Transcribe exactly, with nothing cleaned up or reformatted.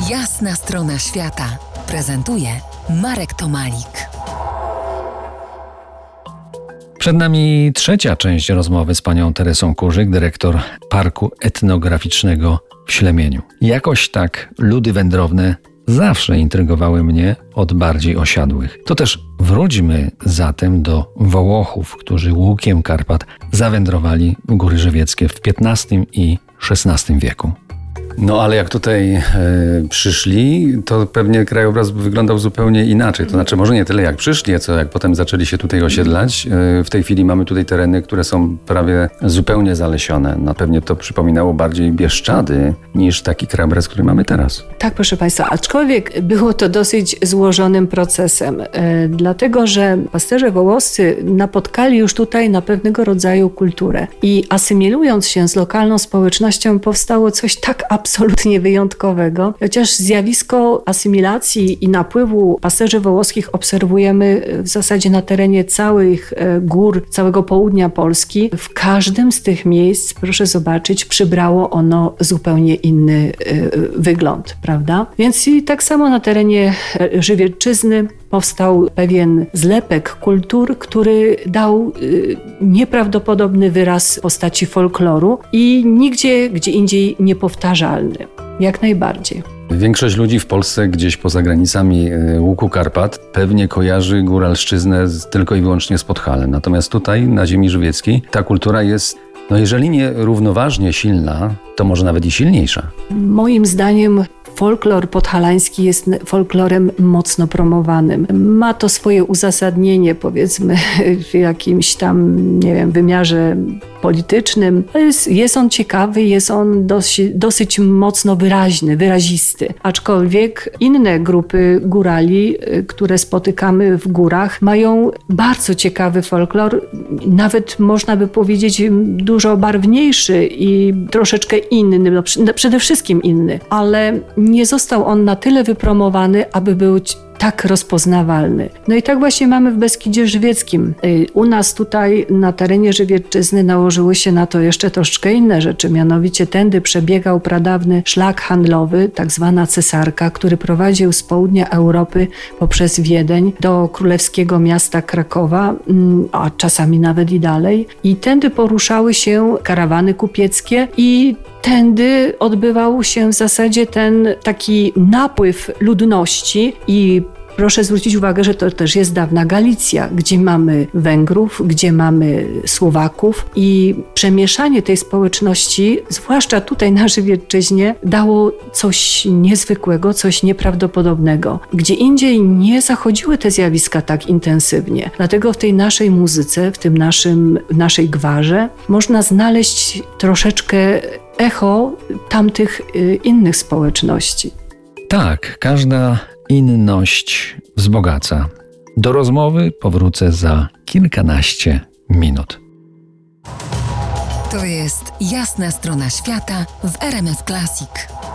Jasna strona świata prezentuje Marek Tomalik. Przed nami trzecia część rozmowy z panią Teresą Kurzyk, dyrektor Parku Etnograficznego w Ślemieniu. Jakoś tak ludy wędrowne zawsze intrygowały mnie od bardziej osiadłych. To też wróćmy zatem do Wołochów, którzy łukiem Karpat zawędrowali w Góry Żywieckie w piętnastym i szesnastym wieku. No ale jak tutaj e, przyszli, to pewnie krajobraz wyglądał zupełnie inaczej. To znaczy może nie tyle jak przyszli, co jak potem zaczęli się tutaj osiedlać. E, w tej chwili mamy tutaj tereny, które są prawie zupełnie zalesione. No pewnie to przypominało bardziej Bieszczady niż taki krajobraz, który mamy teraz. Tak, proszę Państwa, aczkolwiek było to dosyć złożonym procesem, e, dlatego że pasterze wołoscy napotkali już tutaj na pewnego rodzaju kulturę i asymilując się z lokalną społecznością powstało coś tak absolutnie wyjątkowego. Chociaż zjawisko asymilacji i napływu pasterzy wołoskich obserwujemy w zasadzie na terenie całych gór, całego południa Polski. W każdym z tych miejsc, proszę zobaczyć, przybrało ono zupełnie inny wygląd, prawda? Więc i tak samo na terenie Żywiecczyzny powstał pewien zlepek kultur, który dał y, nieprawdopodobny wyraz postaci folkloru i nigdzie, gdzie indziej niepowtarzalny. Jak najbardziej. Większość ludzi w Polsce gdzieś poza granicami łuku Karpat pewnie kojarzy Góralszczyznę tylko i wyłącznie z Podhalem. Natomiast tutaj, na ziemi żywieckiej, ta kultura jest, no jeżeli nie równoważnie silna, to może nawet i silniejsza. Moim zdaniem folklor podhalański jest folklorem mocno promowanym. Ma to swoje uzasadnienie, powiedzmy, w jakimś tam, nie wiem, wymiarze politycznym. Jest, jest on ciekawy, jest on dosyć, dosyć mocno wyraźny, wyrazisty. Aczkolwiek inne grupy górali, które spotykamy w górach, mają bardzo ciekawy folklor, nawet można by powiedzieć dużo barwniejszy i troszeczkę inny, no, przede wszystkim inny, ale nie został on na tyle wypromowany, aby był tak rozpoznawalny. No i tak właśnie mamy w Beskidzie Żywieckim. U nas tutaj na terenie Żywiecczyzny nałożyły się na to jeszcze troszeczkę inne rzeczy, mianowicie tędy przebiegał pradawny szlak handlowy, tak zwana cesarka, który prowadził z południa Europy poprzez Wiedeń do królewskiego miasta Krakowa, a czasami nawet i dalej. I tędy poruszały się karawany kupieckie i tędy odbywał się w zasadzie ten taki napływ ludności i proszę zwrócić uwagę, że to też jest dawna Galicja, gdzie mamy Węgrów, gdzie mamy Słowaków i przemieszanie tej społeczności, zwłaszcza tutaj na Żywiecczyźnie, dało coś niezwykłego, coś nieprawdopodobnego. Gdzie indziej nie zachodziły te zjawiska tak intensywnie. Dlatego w tej naszej muzyce, w tym naszym, naszej gwarze można znaleźć troszeczkę echo tamtych y, innych społeczności. Tak, każda inność wzbogaca. Do rozmowy powrócę za kilkanaście minut. To jest Jasna strona świata w R M F Classic.